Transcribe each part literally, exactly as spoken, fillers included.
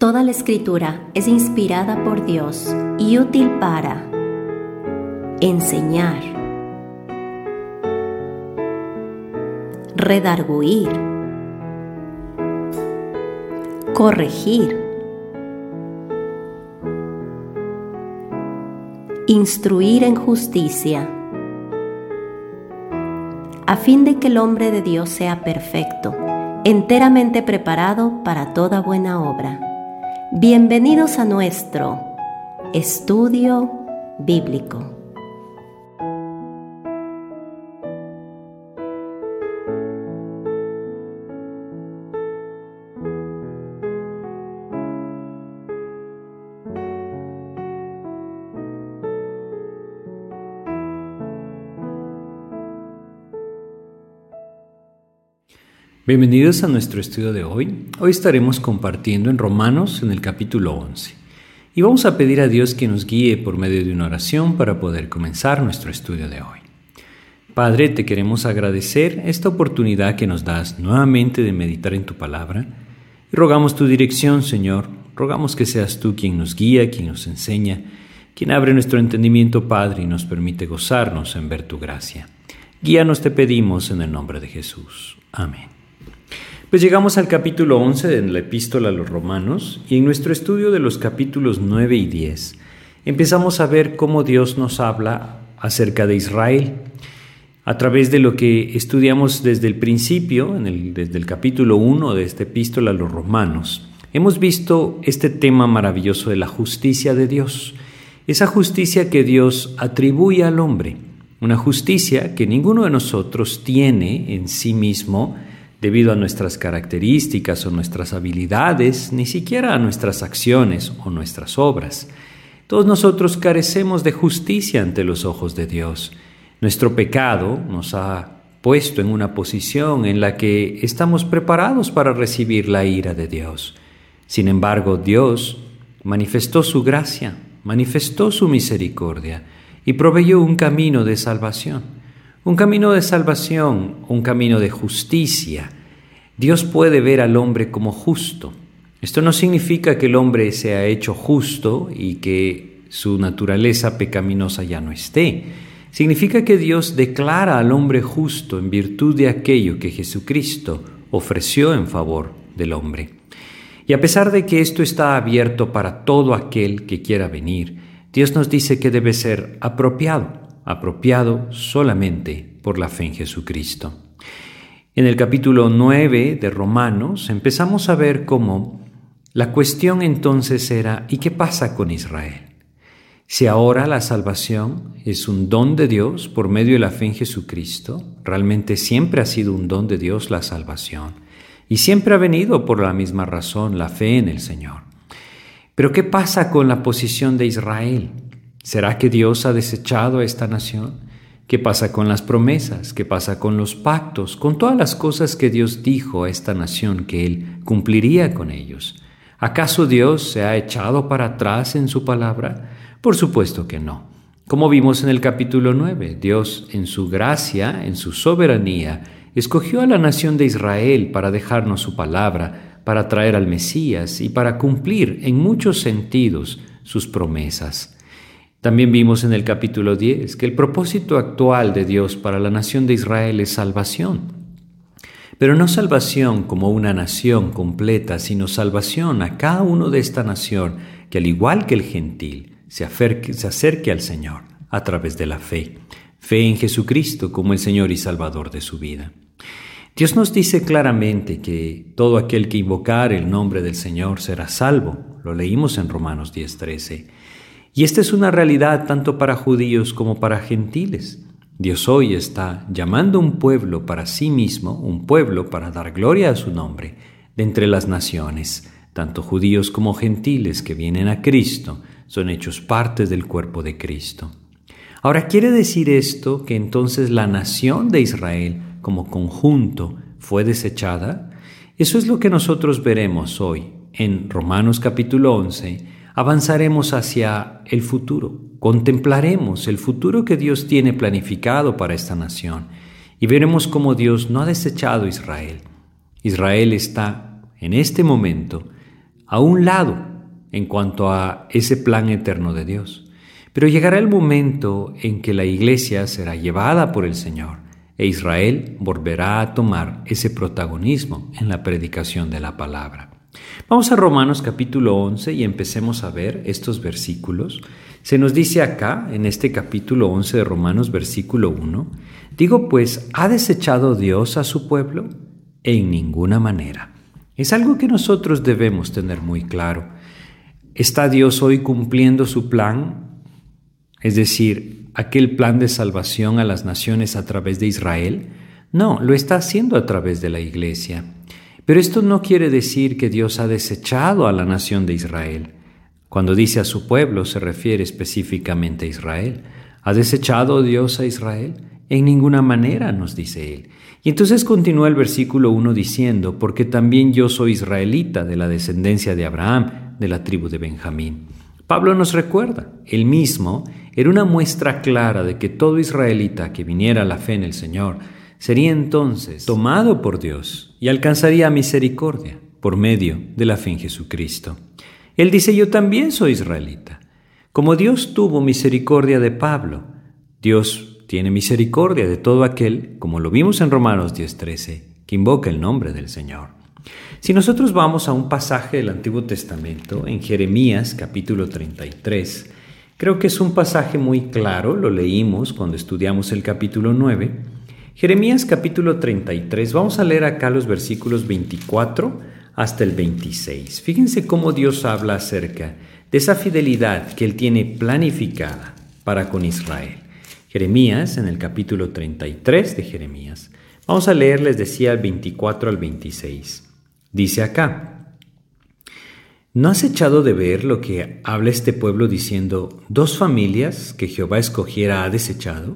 Toda la Escritura es inspirada por Dios y útil para enseñar, redarguir, corregir, instruir en justicia, a fin de que el hombre de Dios sea perfecto, enteramente preparado para toda buena obra. Bienvenidos a nuestro estudio bíblico. Bienvenidos a nuestro estudio de hoy. Hoy estaremos compartiendo en Romanos en el capítulo once. Y vamos a pedir a Dios que nos guíe por medio de una oración para poder comenzar nuestro estudio de hoy. Padre, te queremos agradecer esta oportunidad que nos das nuevamente de meditar en tu palabra. Y rogamos tu dirección, Señor. Rogamos que seas tú quien nos guía, quien nos enseña, quien abre nuestro entendimiento, Padre, y nos permite gozarnos en ver tu gracia. Guíanos, te pedimos, en el nombre de Jesús. Amén. Pues llegamos al capítulo once de la Epístola a los Romanos y en nuestro estudio de los capítulos nueve y diez empezamos a ver cómo Dios nos habla acerca de Israel. A través de lo que estudiamos desde el principio, en el, desde el capítulo uno de esta Epístola a los Romanos, hemos visto este tema maravilloso de la justicia de Dios. Esa justicia que Dios atribuye al hombre, una justicia que ninguno de nosotros tiene en sí mismo, debido a nuestras características o nuestras habilidades, ni siquiera a nuestras acciones o nuestras obras. Todos nosotros carecemos de justicia ante los ojos de Dios. Nuestro pecado nos ha puesto en una posición en la que estamos preparados para recibir la ira de Dios. Sin embargo, Dios manifestó su gracia, manifestó su misericordia y proveyó un camino de salvación. Un camino de salvación, un camino de justicia. Dios puede ver al hombre como justo. Esto no significa que el hombre sea hecho justo y que su naturaleza pecaminosa ya no esté. Significa que Dios declara al hombre justo en virtud de aquello que Jesucristo ofreció en favor del hombre. Y a pesar de que esto está abierto para todo aquel que quiera venir, Dios nos dice que debe ser apropiado. apropiado solamente por la fe en Jesucristo. En el capítulo nueve de Romanos empezamos a ver cómo la cuestión entonces era ¿y qué pasa con Israel? Si ahora la salvación es un don de Dios por medio de la fe en Jesucristo, realmente siempre ha sido un don de Dios la salvación y siempre ha venido por la misma razón, la fe en el Señor. Pero ¿qué pasa con la posición de Israel? ¿Será que Dios ha desechado a esta nación? ¿Qué pasa con las promesas? ¿Qué pasa con los pactos? Con todas las cosas que Dios dijo a esta nación que Él cumpliría con ellos. ¿Acaso Dios se ha echado para atrás en su palabra? Por supuesto que no. Como vimos en el capítulo nueve, Dios en su gracia, en su soberanía, escogió a la nación de Israel para dejarnos su palabra, para traer al Mesías y para cumplir en muchos sentidos sus promesas. También vimos en el capítulo diez que el propósito actual de Dios para la nación de Israel es salvación. Pero no salvación como una nación completa, sino salvación a cada uno de esta nación que, al igual que el gentil, se acerque, se acerque al Señor a través de la fe. Fe en Jesucristo como el Señor y Salvador de su vida. Dios nos dice claramente que todo aquel que invocare el nombre del Señor será salvo. Lo leímos en Romanos diez trece. Y esta es una realidad tanto para judíos como para gentiles. Dios hoy está llamando un pueblo para sí mismo, un pueblo para dar gloria a su nombre, de entre las naciones. Tanto judíos como gentiles que vienen a Cristo son hechos parte del cuerpo de Cristo. Ahora, ¿quiere decir esto que entonces la nación de Israel como conjunto fue desechada? Eso es lo que nosotros veremos hoy en Romanos capítulo once. Avanzaremos hacia el futuro, contemplaremos el futuro que Dios tiene planificado para esta nación y veremos cómo Dios no ha desechado a Israel. Israel está en este momento a un lado en cuanto a ese plan eterno de Dios. Pero llegará el momento en que la iglesia será llevada por el Señor e Israel volverá a tomar ese protagonismo en la predicación de la palabra. Vamos a Romanos capítulo once y empecemos a ver estos versículos. Se nos dice acá, en este capítulo once de Romanos, versículo uno, digo pues, ¿ha desechado Dios a su pueblo? En ninguna manera. Es algo que nosotros debemos tener muy claro. ¿Está Dios hoy cumpliendo su plan? Es decir, aquel plan de salvación a las naciones a través de Israel. No, lo está haciendo a través de la iglesia. Pero esto no quiere decir que Dios ha desechado a la nación de Israel. Cuando dice a su pueblo, se refiere específicamente a Israel. ¿Ha desechado Dios a Israel? En ninguna manera, nos dice él. Y entonces continúa el versículo uno diciendo, porque también yo soy israelita de la descendencia de Abraham, de la tribu de Benjamín. Pablo nos recuerda, él mismo era una muestra clara de que todo israelita que viniera a la fe en el Señor sería entonces tomado por Dios y alcanzaría misericordia por medio de la fe en Jesucristo. Él dice, yo también soy israelita. Como Dios tuvo misericordia de Pablo, Dios tiene misericordia de todo aquel, como lo vimos en Romanos diez trece, que invoca el nombre del Señor. Si nosotros vamos a un pasaje del Antiguo Testamento, en Jeremías capítulo treinta y tres, creo que es un pasaje muy claro, lo leímos cuando estudiamos el capítulo nueve. Jeremías capítulo treinta y tres, vamos a leer acá los versículos veinticuatro hasta el veintiséis. Fíjense cómo Dios habla acerca de esa fidelidad que Él tiene planificada para con Israel. Jeremías, en el capítulo treinta y tres de Jeremías, vamos a leer, les decía, el veinticuatro al veintiséis. Dice acá, ¿no has echado de ver lo que habla este pueblo diciendo, dos familias que Jehová escogiera ha desechado,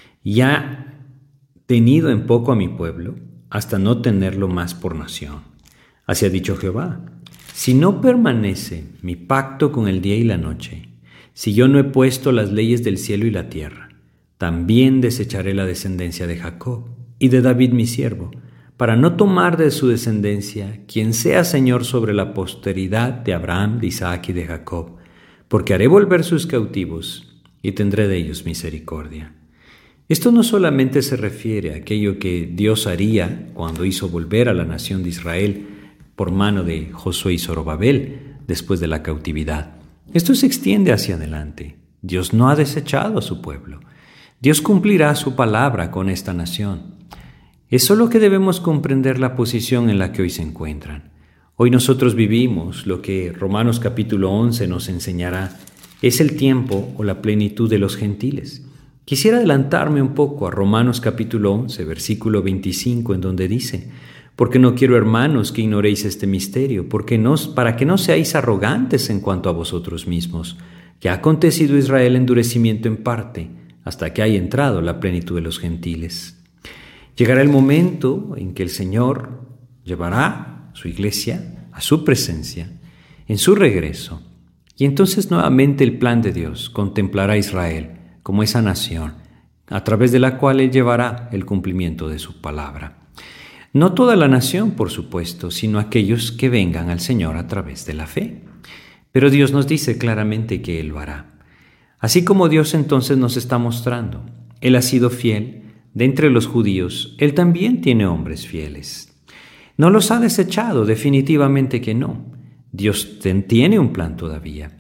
y ha tenido en poco a mi pueblo, hasta no tenerlo más por nación? Así ha dicho Jehová, si no permanece mi pacto con el día y la noche, si yo no he puesto las leyes del cielo y la tierra, también desecharé la descendencia de Jacob y de David mi siervo, para no tomar de su descendencia quien sea Señor sobre la posteridad de Abraham, de Isaac y de Jacob, porque haré volver sus cautivos y tendré de ellos misericordia. Esto no solamente se refiere a aquello que Dios haría cuando hizo volver a la nación de Israel por mano de Josué y Zorobabel después de la cautividad. Esto se extiende hacia adelante. Dios no ha desechado a su pueblo. Dios cumplirá su palabra con esta nación. Es solo que debemos comprender la posición en la que hoy se encuentran. Hoy nosotros vivimos lo que Romanos capítulo once nos enseñará. Es el tiempo o la plenitud de los gentiles. Quisiera adelantarme un poco a Romanos capítulo once, versículo veinticinco, en donde dice, porque no quiero, hermanos, que ignoréis este misterio, porque no, para que no seáis arrogantes en cuanto a vosotros mismos, que ha acontecido a Israel endurecimiento en parte, hasta que haya entrado la plenitud de los gentiles. Llegará el momento en que el Señor llevará su iglesia a su presencia, en su regreso, y entonces nuevamente el plan de Dios contemplará a Israel como esa nación, a través de la cual Él llevará el cumplimiento de su palabra. No toda la nación, por supuesto, sino aquellos que vengan al Señor a través de la fe. Pero Dios nos dice claramente que Él lo hará. Así como Dios entonces nos está mostrando, Él ha sido fiel. De entre los judíos, Él también tiene hombres fieles. No los ha desechado, definitivamente que no. Dios tiene un plan todavía.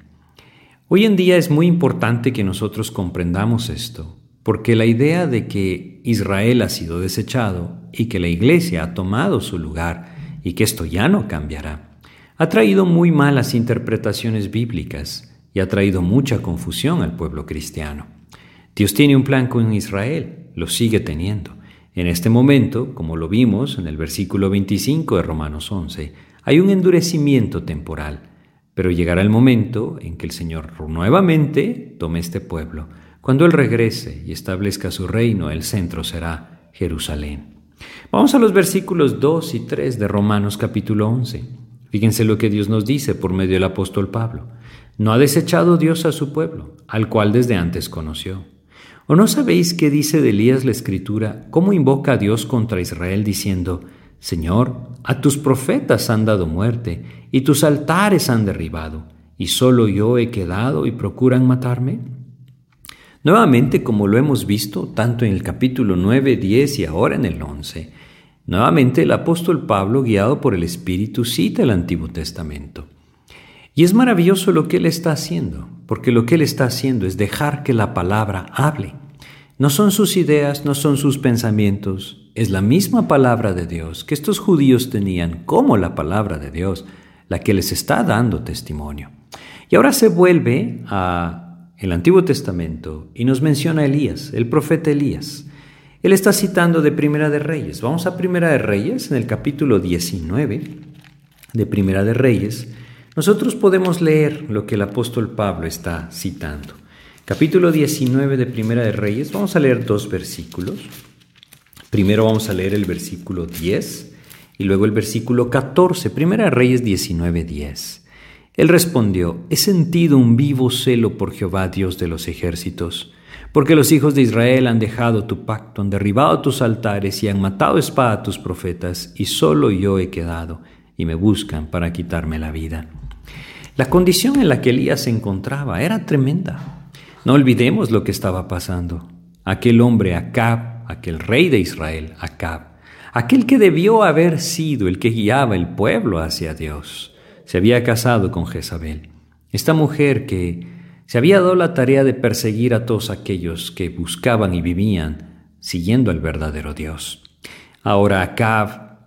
Hoy en día es muy importante que nosotros comprendamos esto, porque la idea de que Israel ha sido desechado y que la iglesia ha tomado su lugar y que esto ya no cambiará, ha traído muy malas interpretaciones bíblicas y ha traído mucha confusión al pueblo cristiano. Dios tiene un plan con Israel, lo sigue teniendo. En este momento, como lo vimos en el versículo veinticinco de Romanos once, hay un endurecimiento temporal, pero llegará el momento en que el Señor nuevamente tome este pueblo. Cuando Él regrese y establezca su reino, el centro será Jerusalén. Vamos a los versículos dos y tres de Romanos capítulo once. Fíjense lo que Dios nos dice por medio del apóstol Pablo. No ha desechado Dios a su pueblo, al cual desde antes conoció. ¿O no sabéis qué dice de Elías la Escritura, cómo invoca a Dios contra Israel diciendo, Señor, a tus profetas han dado muerte, y tus altares han derribado, y solo yo he quedado y procuran matarme. Nuevamente, como lo hemos visto, tanto en el capítulo nueve, diez y ahora en el once, nuevamente el apóstol Pablo, guiado por el Espíritu, cita el Antiguo Testamento. Y es maravilloso lo que él está haciendo, porque lo que él está haciendo es dejar que la palabra hable. No son sus ideas, no son sus pensamientos, es la misma palabra de Dios que estos judíos tenían como la palabra de Dios, la que les está dando testimonio. Y ahora se vuelve al Antiguo Testamento y nos menciona a Elías, el profeta Elías. Él está citando de Primera de Reyes. Vamos a Primera de Reyes, en el capítulo diecinueve de Primera de Reyes. Nosotros podemos leer lo que el apóstol Pablo está citando. Capítulo diecinueve de Primera de Reyes, vamos a leer dos versículos. Primero vamos a leer el versículo diez y luego el versículo catorce. Primera de Reyes diecinueve, diez. Él respondió: he sentido un vivo celo por Jehová, Dios de los ejércitos, porque los hijos de Israel han dejado tu pacto, han derribado tus altares y han matado a espada a tus profetas, y solo yo he quedado, y me buscan para quitarme la vida. La condición en la que Elías se encontraba era tremenda. No olvidemos lo que estaba pasando. Aquel hombre Acab, aquel rey de Israel, Acab, aquel que debió haber sido el que guiaba el pueblo hacia Dios, se había casado con Jezabel, esta mujer que se había dado la tarea de perseguir a todos aquellos que buscaban y vivían siguiendo al verdadero Dios. Ahora Acab,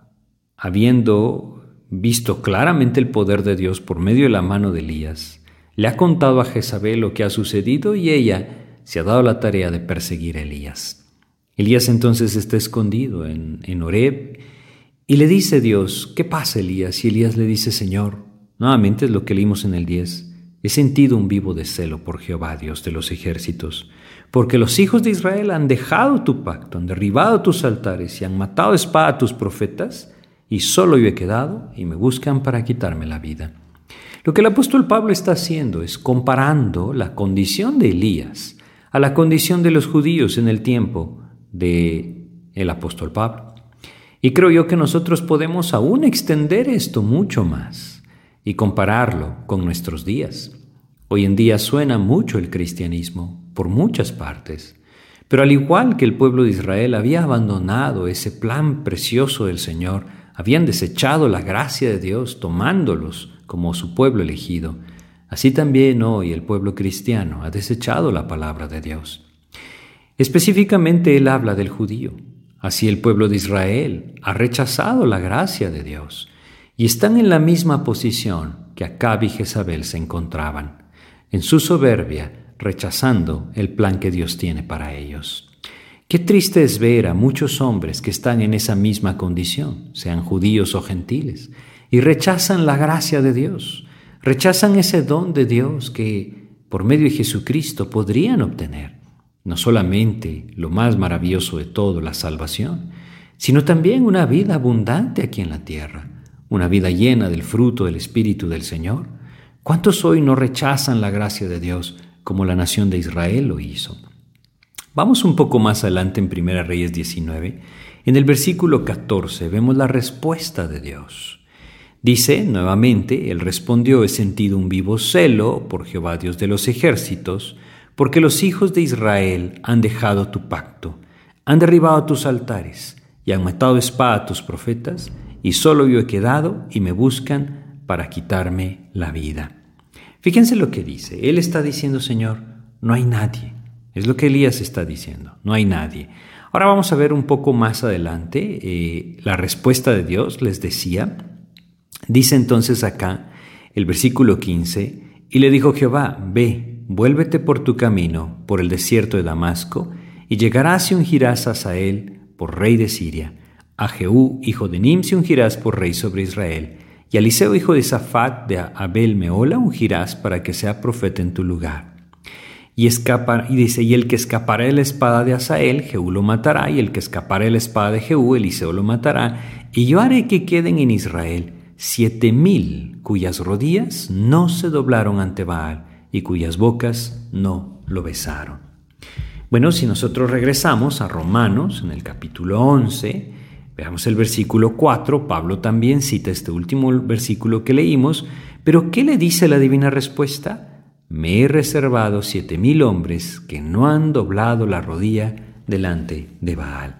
habiendo visto claramente el poder de Dios por medio de la mano de Elías, le ha contado a Jezabel lo que ha sucedido y ella se ha dado la tarea de perseguir a Elías. Elías entonces está escondido en, en Horeb y le dice Dios: ¿qué pasa, Elías? Y Elías le dice: Señor, nuevamente es lo que leímos en el diez, he sentido un vivo descelo por Jehová, Dios de los ejércitos, porque los hijos de Israel han dejado tu pacto, han derribado tus altares y han matado a espada a tus profetas, y solo yo he quedado y me buscan para quitarme la vida. Lo que el apóstol Pablo está haciendo es comparando la condición de Elías a la condición de los judíos en el tiempo del apóstol Pablo. Y creo yo que nosotros podemos aún extender esto mucho más y compararlo con nuestros días. Hoy en día suena mucho el cristianismo por muchas partes, pero al igual que el pueblo de Israel había abandonado ese plan precioso del Señor, habían desechado la gracia de Dios tomándolos como su pueblo elegido, así también hoy el pueblo cristiano ha desechado la palabra de Dios. Específicamente él habla del judío. Así el pueblo de Israel ha rechazado la gracia de Dios y están en la misma posición que Acab y Jezabel se encontraban, en su soberbia, rechazando el plan que Dios tiene para ellos. Qué triste es ver a muchos hombres que están en esa misma condición, sean judíos o gentiles, y rechazan la gracia de Dios, rechazan ese don de Dios que por medio de Jesucristo podrían obtener. No solamente lo más maravilloso de todo, la salvación, sino también una vida abundante aquí en la tierra, una vida llena del fruto del Espíritu del Señor. ¿Cuántos hoy no rechazan la gracia de Dios como la nación de Israel lo hizo? Vamos un poco más adelante en Primera Reyes diecinueve. En el versículo catorce vemos la respuesta de Dios. Dice nuevamente: Él respondió: he sentido un vivo celo por Jehová, Dios de los ejércitos, porque los hijos de Israel han dejado tu pacto, han derribado tus altares y han matado a espada a tus profetas, y solo yo he quedado y me buscan para quitarme la vida. Fíjense lo que dice. Él está diciendo: Señor, no hay nadie. Es lo que Elías está diciendo, no hay nadie. Ahora vamos a ver un poco más adelante eh, la respuesta de Dios. Les decía, dice entonces acá el versículo quince: y le dijo Jehová: ve, vuélvete por tu camino por el desierto de Damasco, y llegarás y ungirás a Hazael por rey de Siria, a Jehú hijo de Nimsi ungirás por rey sobre Israel, y a Eliseo hijo de Safat de Abel Meola ungirás para que sea profeta en tu lugar. Y, escapa, y dice, y el que escapará de la espada de Hazael, Jehú lo matará, y el que escapará de la espada de Jehú, Eliseo lo matará, y yo haré que queden en Israel siete mil cuyas rodillas no se doblaron ante Baal, y cuyas bocas no lo besaron. Bueno, si nosotros regresamos a Romanos, en el capítulo once, Veamos el versículo cuatro. Pablo también cita este último versículo que leímos, pero ¿qué le dice la divina respuesta? Me he reservado siete mil hombres que no han doblado la rodilla delante de Baal.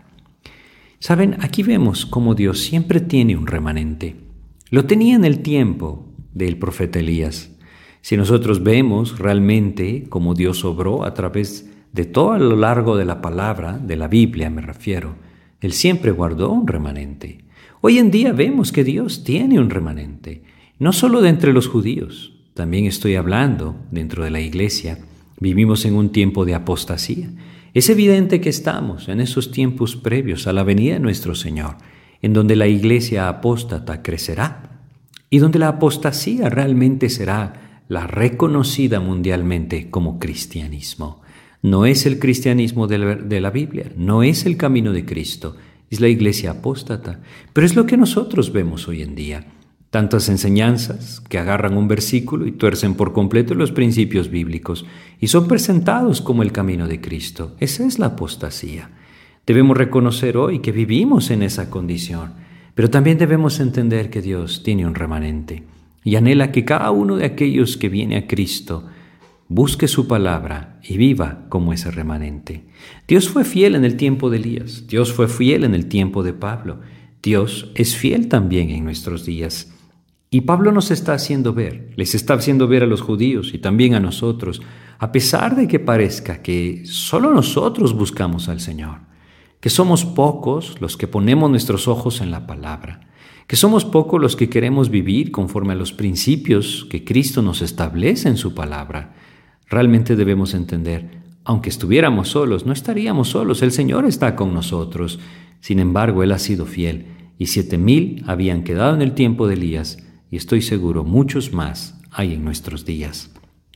Saben, aquí vemos cómo Dios siempre tiene un remanente. Lo tenía en el tiempo del profeta Elías. Si nosotros vemos realmente cómo Dios obró a través de todo a lo largo de la palabra, de la Biblia me refiero, Él siempre guardó un remanente. Hoy en día vemos que Dios tiene un remanente, no solo de entre los judíos, también estoy hablando dentro de la iglesia. Vivimos en un tiempo de apostasía. Es evidente que estamos en esos tiempos previos a la venida de nuestro Señor, en donde la iglesia apóstata crecerá y donde la apostasía realmente será la reconocida mundialmente como cristianismo. No es el cristianismo de la Biblia, no es el camino de Cristo, es la iglesia apóstata, pero es lo que nosotros vemos hoy en día. Tantas enseñanzas que agarran un versículo y tuercen por completo los principios bíblicos y son presentados como el camino de Cristo. Esa es la apostasía. Debemos reconocer hoy que vivimos en esa condición, pero también debemos entender que Dios tiene un remanente y anhela que cada uno de aquellos que viene a Cristo busque su palabra y viva como ese remanente. Dios fue fiel en el tiempo de Elías, Dios fue fiel en el tiempo de Pablo, Dios es fiel también en nuestros días. Y Pablo nos está haciendo ver, les está haciendo ver a los judíos y también a nosotros, a pesar de que parezca que solo nosotros buscamos al Señor, que somos pocos los que ponemos nuestros ojos en la palabra, que somos pocos los que queremos vivir conforme a los principios que Cristo nos establece en su palabra. Realmente debemos entender, aunque estuviéramos solos, no estaríamos solos, el Señor está con nosotros. Sin embargo, Él ha sido fiel y siete mil habían quedado en el tiempo de Elías, y estoy seguro muchos más hay en nuestros días.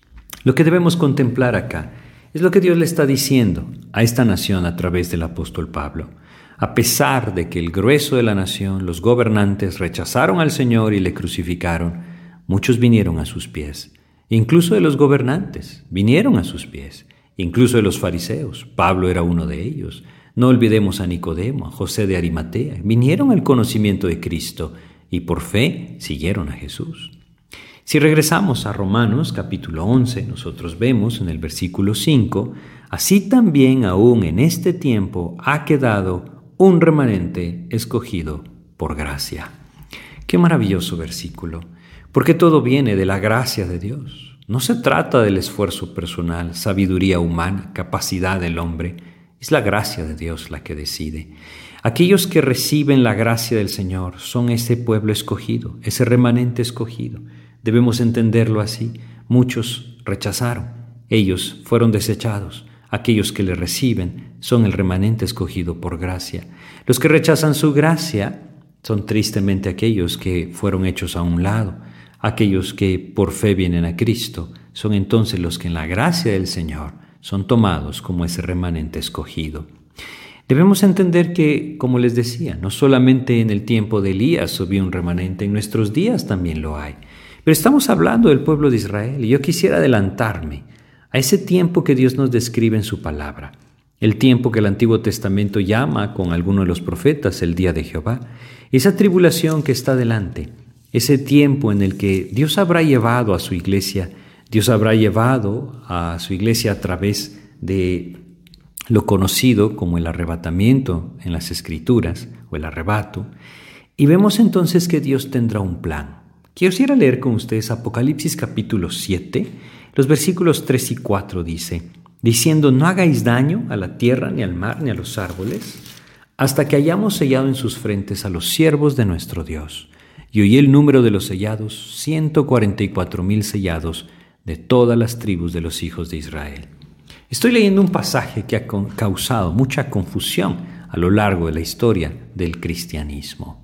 Lo que debemos contemplar acá es lo que Dios le está diciendo a esta nación a través del apóstol Pablo. A pesar de que el grueso de la nación, los gobernantes, rechazaron al Señor y le crucificaron, muchos vinieron a sus pies. Incluso de los gobernantes vinieron a sus pies, incluso de los fariseos. Pablo era uno de ellos. No olvidemos a Nicodemo, a José de Arimatea. Vinieron al conocimiento de Cristo y por fe siguieron a Jesús. Si regresamos a Romanos capítulo once, nosotros vemos en el versículo cinco, así también aún en este tiempo ha quedado un remanente escogido por gracia. Qué maravilloso versículo, porque todo viene de la gracia de Dios. No se trata del esfuerzo personal, sabiduría humana, capacidad del hombre. Es la gracia de Dios la que decide. Aquellos que reciben la gracia del Señor son ese pueblo escogido, ese remanente escogido. Debemos entenderlo así. Muchos rechazaron, ellos fueron desechados. Aquellos que le reciben son el remanente escogido por gracia. Los que rechazan su gracia son tristemente aquellos que fueron hechos a un lado. Aquellos que por fe vienen a Cristo son entonces los que en la gracia del Señor son tomados como ese remanente escogido. Debemos entender que, como les decía, no solamente en el tiempo de Elías hubo un remanente, en nuestros días también lo hay. Pero estamos hablando del pueblo de Israel y yo quisiera adelantarme a ese tiempo que Dios nos describe en su palabra, el tiempo que el Antiguo Testamento llama con algunos de los profetas el día de Jehová, esa tribulación que está delante, ese tiempo en el que Dios habrá llevado a su iglesia, Dios habrá llevado a su iglesia a través de lo conocido como el arrebatamiento en las Escrituras, o el arrebato, y vemos entonces que Dios tendrá un plan. Quisiera leer con ustedes Apocalipsis capítulo siete, los versículos tres y cuatro dice, diciendo, no hagáis daño a la tierra, ni al mar, ni a los árboles, hasta que hayamos sellado en sus frentes a los siervos de nuestro Dios. Y oí el número de los sellados, ciento cuarenta y cuatro mil sellados de todas las tribus de los hijos de Israel. Estoy leyendo un pasaje que ha causado mucha confusión a lo largo de la historia del cristianismo.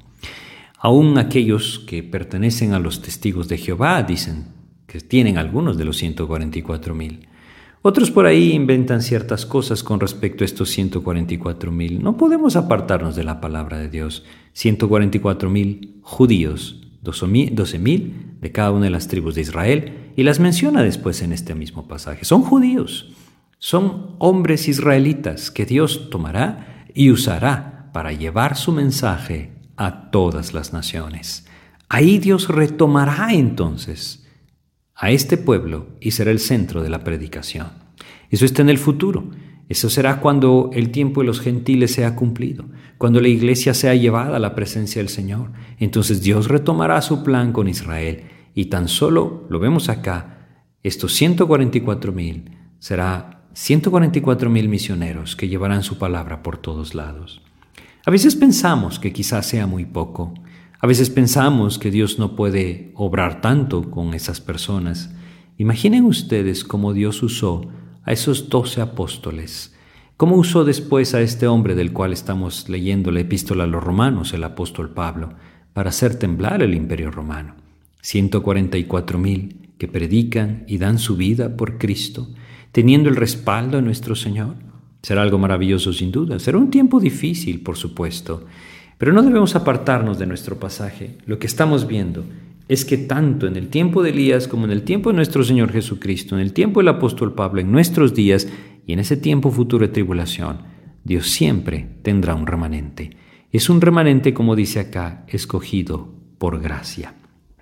Aún aquellos que pertenecen a los testigos de Jehová dicen que tienen algunos de los ciento cuarenta y cuatro mil. Otros por ahí inventan ciertas cosas con respecto a estos ciento cuarenta y cuatro mil. No podemos apartarnos de la palabra de Dios. ciento cuarenta y cuatro mil judíos, doce mil de cada una de las tribus de Israel, y las menciona después en este mismo pasaje. Son judíos. Son hombres israelitas que Dios tomará y usará para llevar su mensaje a todas las naciones. Ahí Dios retomará entonces a este pueblo y será el centro de la predicación. Eso está en el futuro. Eso será cuando el tiempo de los gentiles sea cumplido, cuando la iglesia sea llevada a la presencia del Señor. Entonces Dios retomará su plan con Israel y tan solo, lo vemos acá, estos ciento cuarenta y cuatro mil será ciento cuarenta y cuatro mil misioneros que llevarán su palabra por todos lados. A veces pensamos que quizás sea muy poco. A veces pensamos que Dios no puede obrar tanto con esas personas. Imaginen ustedes cómo Dios usó a esos doce apóstoles, cómo usó después a este hombre del cual estamos leyendo la epístola a los romanos, el apóstol Pablo, para hacer temblar el imperio romano. ciento cuarenta y cuatro mil que predican y dan su vida por Cristo, teniendo el respaldo de nuestro Señor. Será algo maravilloso sin duda. Será un tiempo difícil, por supuesto, pero no debemos apartarnos de nuestro pasaje. Lo que estamos viendo es que tanto en el tiempo de Elías como en el tiempo de nuestro Señor Jesucristo, en el tiempo del apóstol Pablo, en nuestros días y en ese tiempo futuro de tribulación, Dios siempre tendrá un remanente. Es un remanente, como dice acá, escogido por gracia.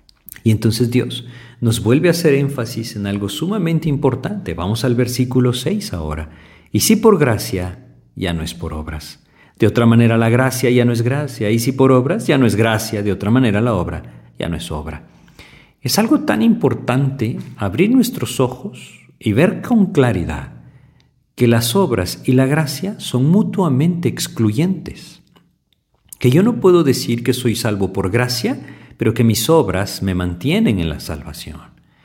Y entonces Dios nos vuelve a hacer énfasis en algo sumamente importante. Vamos al versículo seis ahora. Y si por gracia, ya no es por obras. De otra manera la gracia ya no es gracia. Y si por obras, ya no es gracia. De otra manera la obra ya no es obra. Es algo tan importante abrir nuestros ojos y ver con claridad que las obras y la gracia son mutuamente excluyentes. Que yo no puedo decir que soy salvo por gracia, pero que mis obras me mantienen en la salvación.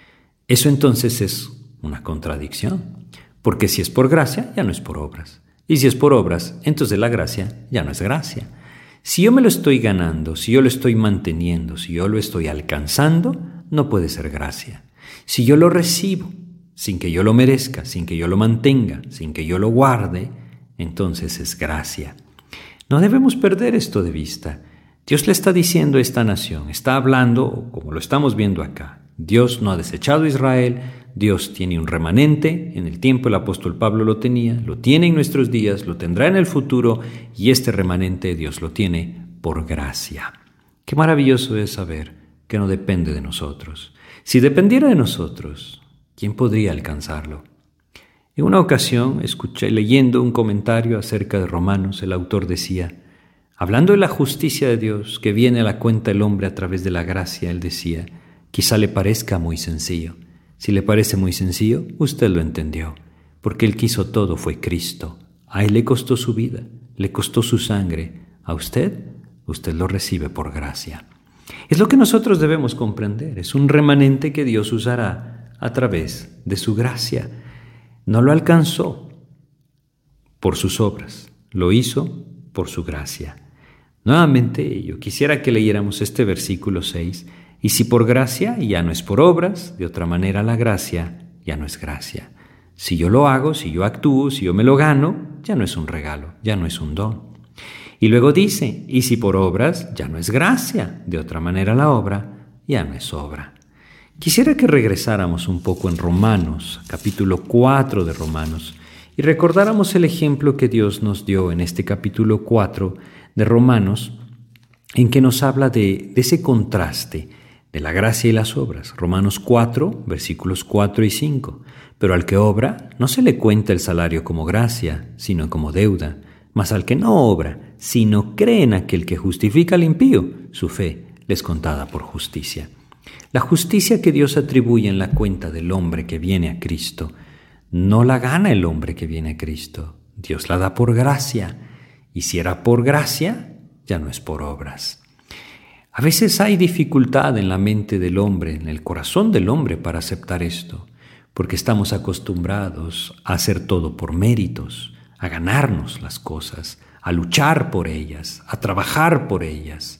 Eso entonces es una contradicción, porque si es por gracia, ya no es por obras. Y si es por obras, entonces la gracia ya no es gracia. Si yo me lo estoy ganando, si yo lo estoy manteniendo, si yo lo estoy alcanzando, no puede ser gracia. Si yo lo recibo, sin que yo lo merezca, sin que yo lo mantenga, sin que yo lo guarde, entonces es gracia. No debemos perder esto de vista. Dios le está diciendo a esta nación, está hablando, como lo estamos viendo acá. Dios no ha desechado a Israel, Dios tiene un remanente, en el tiempo el apóstol Pablo lo tenía, lo tiene en nuestros días, lo tendrá en el futuro, y este remanente Dios lo tiene por gracia. Qué maravilloso es saber que no depende de nosotros. Si dependiera de nosotros, ¿quién podría alcanzarlo? En una ocasión, escuché leyendo un comentario acerca de Romanos, el autor decía, hablando de la justicia de Dios que viene a la cuenta del hombre a través de la gracia, él decía, quizá le parezca muy sencillo. Si le parece muy sencillo, usted lo entendió, porque el que hizo todo fue Cristo. A él le costó su vida, le costó su sangre. A usted, usted lo recibe por gracia. Es lo que nosotros debemos comprender. Es un remanente que Dios usará a través de su gracia. No lo alcanzó por sus obras, lo hizo por su gracia. Nuevamente, yo quisiera que leyéramos este versículo seis. Y si por gracia, ya no es por obras, de otra manera la gracia ya no es gracia. Si yo lo hago, si yo actúo, si yo me lo gano, ya no es un regalo, ya no es un don. Y luego dice, y si por obras, ya no es gracia, de otra manera la obra ya no es obra. Quisiera que regresáramos un poco en Romanos, capítulo cuatro de Romanos, y recordáramos el ejemplo que Dios nos dio en este capítulo cuatro de Romanos, en que nos habla de, de ese contraste de la gracia y las obras. Romanos cuatro, versículos cuatro y cinco. Pero al que obra, no se le cuenta el salario como gracia, sino como deuda. Mas al que no obra, sino cree en aquel que justifica al impío, su fe le es contada por justicia. La justicia que Dios atribuye en la cuenta del hombre que viene a Cristo, no la gana el hombre que viene a Cristo. Dios la da por gracia. Y si era por gracia, ya no es por obras. A veces hay dificultad en la mente del hombre, en el corazón del hombre para aceptar esto, porque estamos acostumbrados a hacer todo por méritos, a ganarnos las cosas, a luchar por ellas, a trabajar por ellas.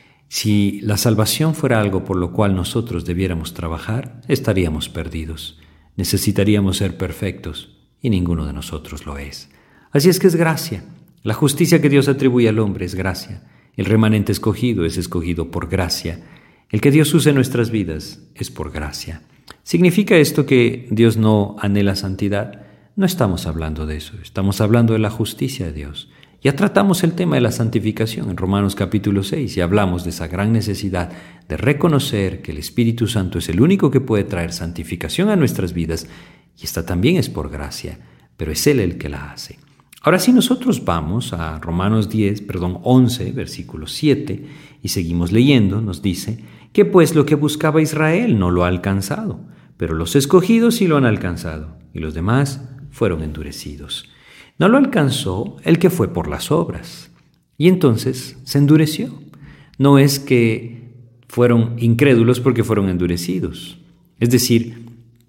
Si la salvación fuera algo por lo cual nosotros debiéramos trabajar, estaríamos perdidos. Necesitaríamos ser perfectos y ninguno de nosotros lo es. Así es que es gracia. La justicia que Dios atribuye al hombre es gracia. El remanente escogido es escogido por gracia. El que Dios use en nuestras vidas es por gracia. ¿Significa esto que Dios no anhela santidad? No estamos hablando de eso. Estamos hablando de la justicia de Dios. Ya tratamos el tema de la santificación en Romanos capítulo seis y hablamos de esa gran necesidad de reconocer que el Espíritu Santo es el único que puede traer santificación a nuestras vidas, y esta también es por gracia, pero es Él el que la hace. Ahora, si nosotros vamos a Romanos diez, perdón, once, versículo siete, y seguimos leyendo, nos dice que pues lo que buscaba Israel no lo ha alcanzado, pero los escogidos sí lo han alcanzado, y los demás fueron endurecidos. No lo alcanzó el que fue por las obras, y entonces se endureció. No es que fueron incrédulos porque fueron endurecidos. Es decir,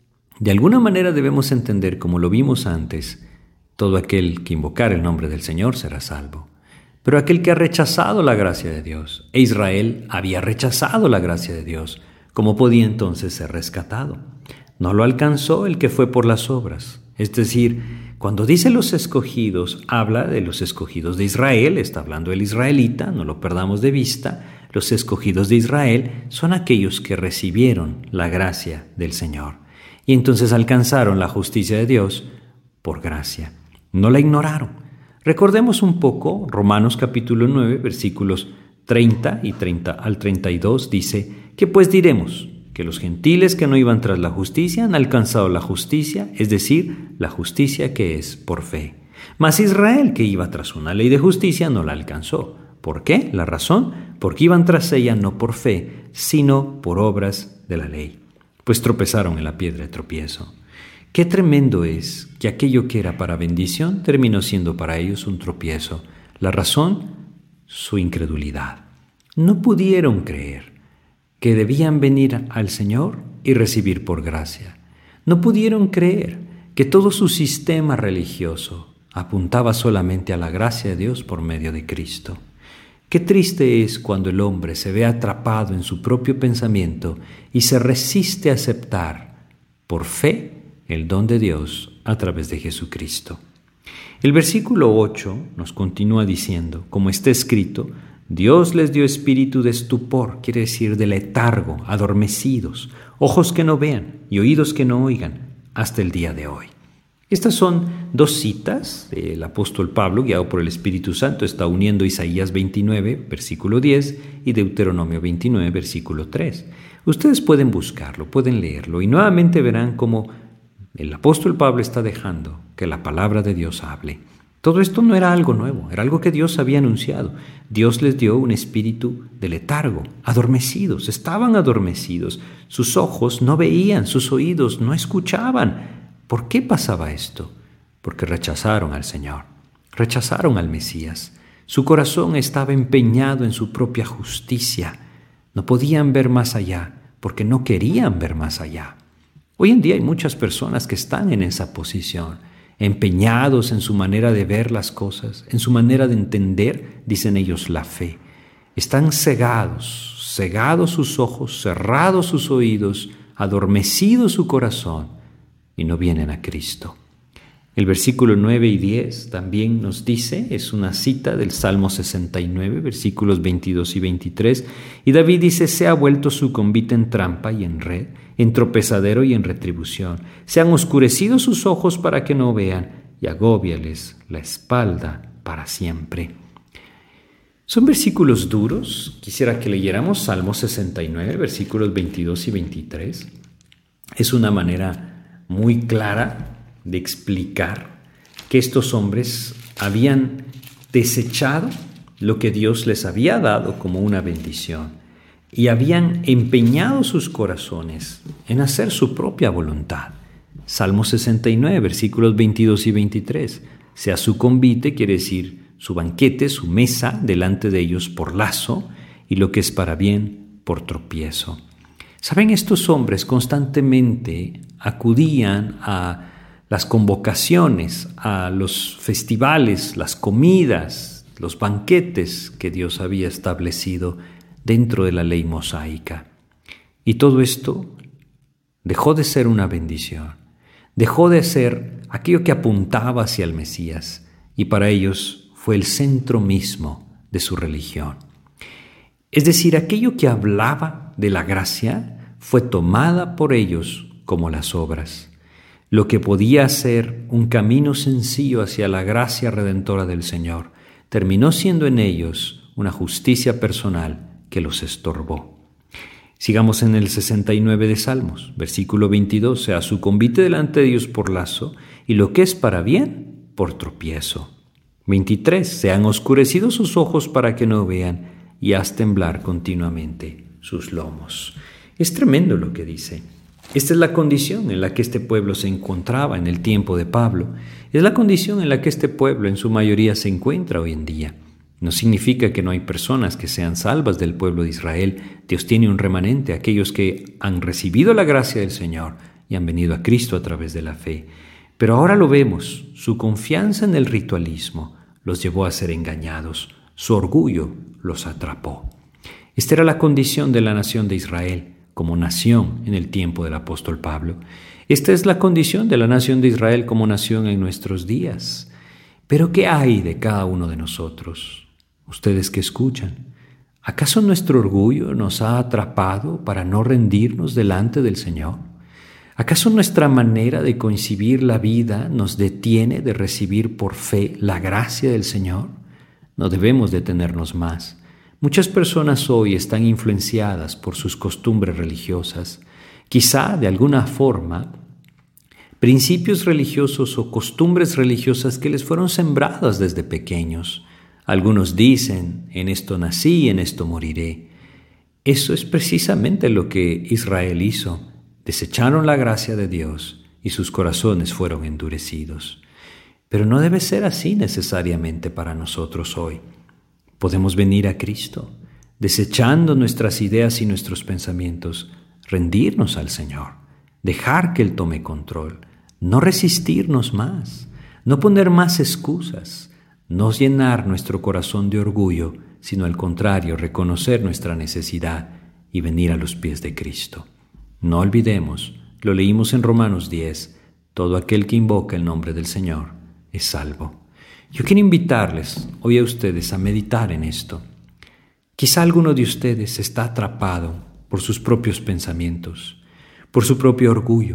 de alguna manera debemos entender, como lo vimos antes, todo aquel que invocar el nombre del Señor será salvo. Pero aquel que ha rechazado la gracia de Dios, e Israel había rechazado la gracia de Dios, ¿cómo podía entonces ser rescatado? No lo alcanzó el que fue por las obras. Es decir, cuando dice los escogidos, habla de los escogidos de Israel, está hablando del israelita, no lo perdamos de vista. Los escogidos de Israel son aquellos que recibieron la gracia del Señor y entonces alcanzaron la justicia de Dios por gracia. No la ignoraron. Recordemos un poco Romanos capítulo nueve, versículos treinta y treinta al treinta y dos, dice: ¿qué pues diremos? Que los gentiles que no iban tras la justicia han alcanzado la justicia, es decir, la justicia que es por fe. Mas Israel, que iba tras una ley de justicia, no la alcanzó. ¿Por qué? La razón, porque iban tras ella no por fe, sino por obras de la ley. Pues tropezaron en la piedra de tropiezo. Qué tremendo es que aquello que era para bendición terminó siendo para ellos un tropiezo. La razón, su incredulidad. No pudieron creer que debían venir al Señor y recibir por gracia. No pudieron creer que todo su sistema religioso apuntaba solamente a la gracia de Dios por medio de Cristo. Qué triste es cuando el hombre se ve atrapado en su propio pensamiento y se resiste a aceptar por fe el don de Dios a través de Jesucristo. El versículo ocho nos continúa diciendo, como está escrito, Dios les dio espíritu de estupor, quiere decir de letargo, adormecidos, ojos que no vean y oídos que no oigan, hasta el día de hoy. Estas son dos citas del apóstol Pablo, guiado por el Espíritu Santo, está uniendo Isaías veintinueve, versículo diez, y Deuteronomio veintinueve, versículo tres. Ustedes pueden buscarlo, pueden leerlo, y nuevamente verán cómo el apóstol Pablo está dejando que la palabra de Dios hable. Todo esto no era algo nuevo, era algo que Dios había anunciado. Dios les dio un espíritu de letargo, adormecidos, estaban adormecidos. Sus ojos no veían, sus oídos no escuchaban. ¿Por qué pasaba esto? Porque rechazaron al Señor, rechazaron al Mesías. Su corazón estaba empeñado en su propia justicia. No podían ver más allá, porque no querían ver más allá. Hoy en día hay muchas personas que están en esa posición, empeñados en su manera de ver las cosas, en su manera de entender, dicen ellos, la fe. Están cegados, cegados sus ojos, cerrados sus oídos, adormecido su corazón, y no vienen a Cristo. El versículo nueve y diez también nos dice, es una cita del Salmo sesenta y nueve, versículos veintidós y veintitrés, y David dice, se ha vuelto su convite en trampa y en red, en tropezadero y en retribución. Se han oscurecido sus ojos para que no vean, y agóbiales la espalda para siempre. Son versículos duros. Quisiera que leyéramos Salmo sesenta y nueve, versículos veintidós y veintitrés. Es una manera muy clara de explicar que estos hombres habían desechado lo que Dios les había dado como una bendición y habían empeñado sus corazones en hacer su propia voluntad. Salmo sesenta y nueve, versículos veintidós y veintitrés. Sea su convite, quiere decir su banquete, su mesa, delante de ellos por lazo, y lo que es para bien, por tropiezo. ¿Saben? Estos hombres constantemente acudían a las convocaciones, a los festivales, las comidas, los banquetes que Dios había establecido dentro de la ley mosaica. Y todo esto dejó de ser una bendición, dejó de ser aquello que apuntaba hacia el Mesías, y para ellos fue el centro mismo de su religión. Es decir, aquello que hablaba de la gracia fue tomada por ellos como las obras. Lo que podía ser un camino sencillo hacia la gracia redentora del Señor, terminó siendo en ellos una justicia personal que los estorbó. Sigamos en el sesenta y nueve de Salmos, versículo veintidós, sea su convite delante de Dios por lazo, y lo que es para bien, por tropiezo. veintitrés, se han oscurecido sus ojos para que no vean, y haz temblar continuamente sus lomos. Es tremendo lo que dice. Esta es la condición en la que este pueblo se encontraba en el tiempo de Pablo. Es la condición en la que este pueblo en su mayoría se encuentra hoy en día. No significa que no hay personas que sean salvas del pueblo de Israel. Dios tiene un remanente, aquellos que han recibido la gracia del Señor y han venido a Cristo a través de la fe. Pero ahora lo vemos, su confianza en el ritualismo los llevó a ser engañados, su orgullo los atrapó. Esta era la condición de la nación de Israel como nación en el tiempo del apóstol Pablo. Esta es la condición de la nación de Israel como nación en nuestros días. Pero ¿qué hay de cada uno de nosotros? Ustedes que escuchan, ¿acaso nuestro orgullo nos ha atrapado para no rendirnos delante del Señor? ¿Acaso nuestra manera de concebir la vida nos detiene de recibir por fe la gracia del Señor? No debemos detenernos más. Muchas personas hoy están influenciadas por sus costumbres religiosas. Quizá, de alguna forma, principios religiosos o costumbres religiosas que les fueron sembradas desde pequeños. Algunos dicen, en esto nací, en esto moriré. Eso es precisamente lo que Israel hizo. Desecharon la gracia de Dios y sus corazones fueron endurecidos. Pero no debe ser así necesariamente para nosotros hoy. Podemos venir a Cristo, desechando nuestras ideas y nuestros pensamientos, rendirnos al Señor, dejar que Él tome control, no resistirnos más, no poner más excusas, no llenar nuestro corazón de orgullo, sino al contrario, reconocer nuestra necesidad y venir a los pies de Cristo. No olvidemos, lo leímos en Romanos diez, todo aquel que invoca el nombre del Señor es salvo. Yo quiero invitarles hoy a ustedes a meditar en esto. Quizá alguno de ustedes está atrapado por sus propios pensamientos, por su propio orgullo.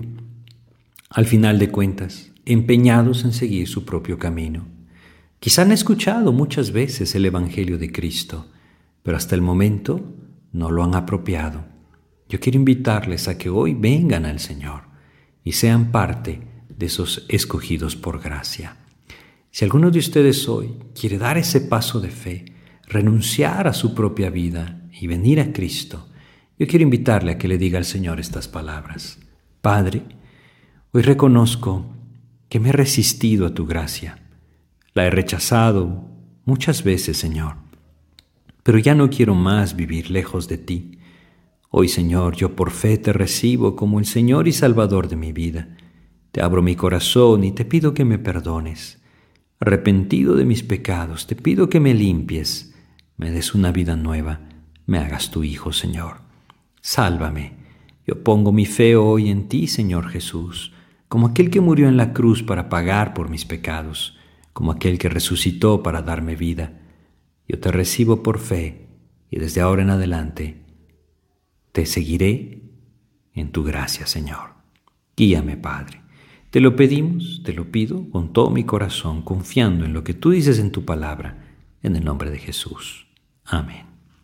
Al final de cuentas, empeñados en seguir su propio camino. Quizá han escuchado muchas veces el Evangelio de Cristo, pero hasta el momento no lo han apropiado. Yo quiero invitarles a que hoy vengan al Señor y sean parte de esos escogidos por gracia. Si alguno de ustedes hoy quiere dar ese paso de fe, renunciar a su propia vida y venir a Cristo, yo quiero invitarle a que le diga al Señor estas palabras. Padre, hoy reconozco que me he resistido a tu gracia. La he rechazado muchas veces, Señor, pero ya no quiero más vivir lejos de ti. Hoy, Señor, yo por fe te recibo como el Señor y Salvador de mi vida. Te abro mi corazón y te pido que me perdones. Arrepentido de mis pecados, te pido que me limpies, me des una vida nueva, me hagas tu Hijo, Señor. Sálvame. Yo pongo mi fe hoy en ti, Señor Jesús, como aquel que murió en la cruz para pagar por mis pecados, como aquel que resucitó para darme vida. Yo te recibo por fe y desde ahora en adelante te seguiré en tu gracia, Señor. Guíame, Padre. Te lo pedimos, te lo pido con todo mi corazón, confiando en lo que tú dices en tu palabra, en el nombre de Jesús. Amén.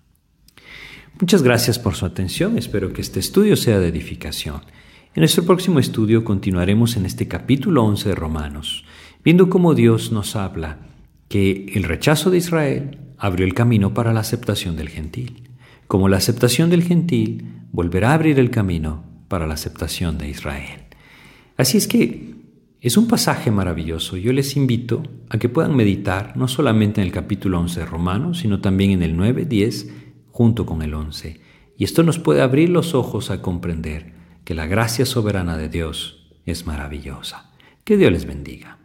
Muchas gracias por su atención. Espero que este estudio sea de edificación. En nuestro próximo estudio continuaremos en este capítulo once de Romanos, viendo cómo Dios nos habla que el rechazo de Israel abrió el camino para la aceptación del gentil, como la aceptación del gentil volverá a abrir el camino para la aceptación de Israel. Así es que es un pasaje maravilloso. Yo les invito a que puedan meditar no solamente en el capítulo once de Romanos, sino también en el nueve, diez, junto con el once. Y esto nos puede abrir los ojos a comprender que la gracia soberana de Dios es maravillosa. Que Dios les bendiga.